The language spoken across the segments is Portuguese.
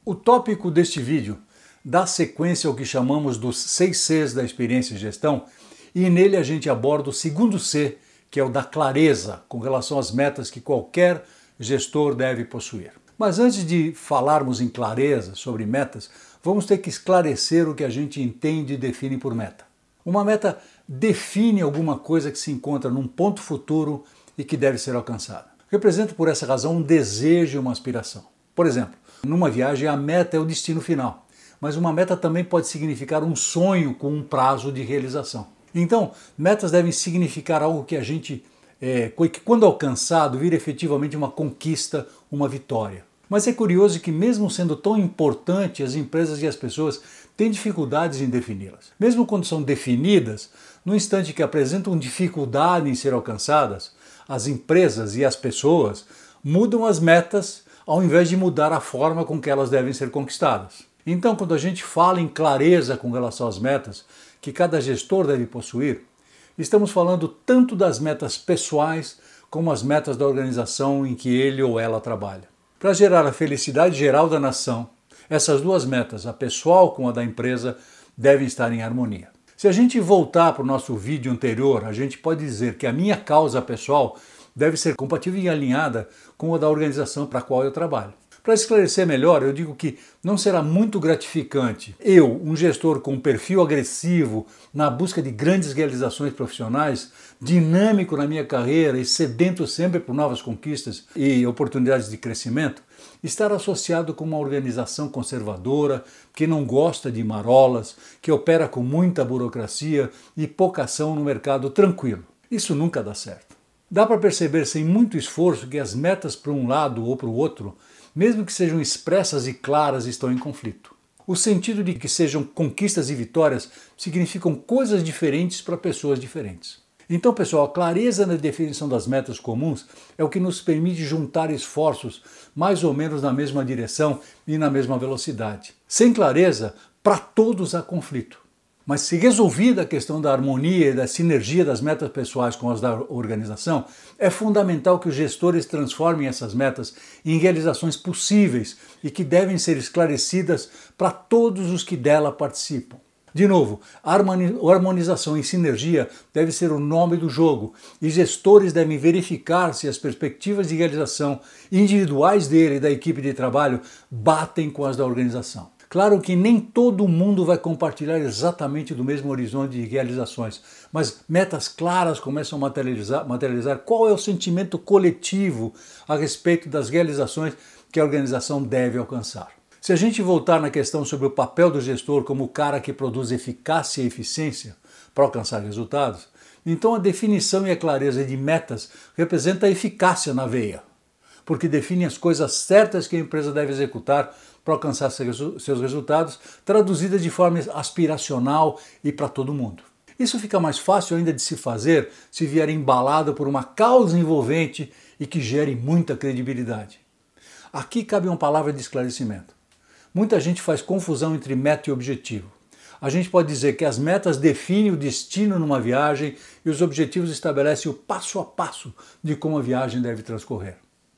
O tópico deste vídeo dá sequência ao que chamamos dos 6 Cs da experiência e gestão, e nele a gente aborda o segundo C, que é o da clareza, com relação às metas que qualquer gestor deve possuir. Mas antes de falarmos em clareza sobre metas, vamos ter que esclarecer o que a gente entende e define por meta. Uma meta define alguma coisa que se encontra num ponto futuro e que deve ser alcançada. Representa por essa razão um desejo e uma aspiração. Por exemplo, numa viagem a meta é o destino final, mas uma meta também pode significar um sonho com um prazo de realização. Então, metas devem significar algo que a gente, que quando alcançado, vira efetivamente uma conquista, uma vitória. Mas é curioso que mesmo sendo tão importante, as empresas e as pessoas têm dificuldades em defini-las. Mesmo quando são definidas, no instante que apresentam dificuldade em ser alcançadas, as empresas e as pessoas mudam as metas ao invés de mudar a forma com que elas devem ser conquistadas. Então, quando a gente fala em clareza com relação às metas que cada gestor deve possuir, estamos falando tanto das metas pessoais como as metas da organização em que ele ou ela trabalha. Para gerar a felicidade geral da nação, essas duas metas, a pessoal com a da empresa, devem estar em harmonia. Se a gente voltar para o nosso vídeo anterior, a gente pode dizer que a minha causa pessoal deve ser compatível e alinhada com a da organização para a qual eu trabalho. Para esclarecer melhor, eu digo que não será muito gratificante eu, um gestor com um perfil agressivo na busca de grandes realizações profissionais, dinâmico na minha carreira e sedento sempre por novas conquistas e oportunidades de crescimento, estar associado com uma organização conservadora, que não gosta de marolas, que opera com muita burocracia e pouca ação no mercado tranquilo. Isso nunca dá certo. Dá para perceber sem muito esforço que as metas para um lado ou para o outro, mesmo que sejam expressas e claras, estão em conflito. O sentido de que sejam conquistas e vitórias significam coisas diferentes para pessoas diferentes. Então, pessoal, a clareza na definição das metas comuns é o que nos permite juntar esforços mais ou menos na mesma direção e na mesma velocidade. Sem clareza, para todos há conflito. Mas se resolvida a questão da harmonia e da sinergia das metas pessoais com as da organização, é fundamental que os gestores transformem essas metas em realizações possíveis e que devem ser esclarecidas para todos os que dela participam. De novo, a harmonização e sinergia deve ser o nome do jogo e gestores devem verificar se as perspectivas de realização individuais dele e da equipe de trabalho batem com as da organização. Claro que nem todo mundo vai compartilhar exatamente do mesmo horizonte de realizações, mas metas claras começam a materializar qual é o sentimento coletivo a respeito das realizações que a organização deve alcançar. Se a gente voltar na questão sobre o papel do gestor como o cara que produz eficácia e eficiência para alcançar resultados, então a definição e a clareza de metas representa a eficácia na veia, porque define as coisas certas que a empresa deve executar para alcançar seus resultados, traduzidas de forma aspiracional e para todo mundo. Isso fica mais fácil ainda de se fazer se vier embalado por uma causa envolvente e que gere muita credibilidade. Aqui cabe uma palavra de esclarecimento. Muita gente faz confusão entre meta e objetivo. A gente pode dizer que as metas definem o destino numa viagem e os objetivos estabelecem o passo a passo de como a viagem deve transcorrer.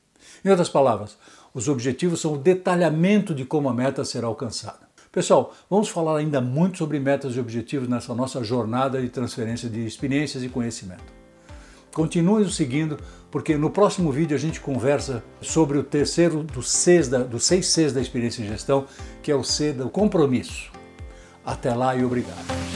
Em outras palavras, os objetivos são o detalhamento de como a meta será alcançada. Pessoal, vamos falar ainda muito sobre metas e objetivos nessa nossa jornada de transferência de experiências e conhecimento. Continue nos seguindo, porque no próximo vídeo a gente conversa sobre o terceiro dos 6 Cs da experiência e gestão, que é o C do compromisso. Até lá e obrigado.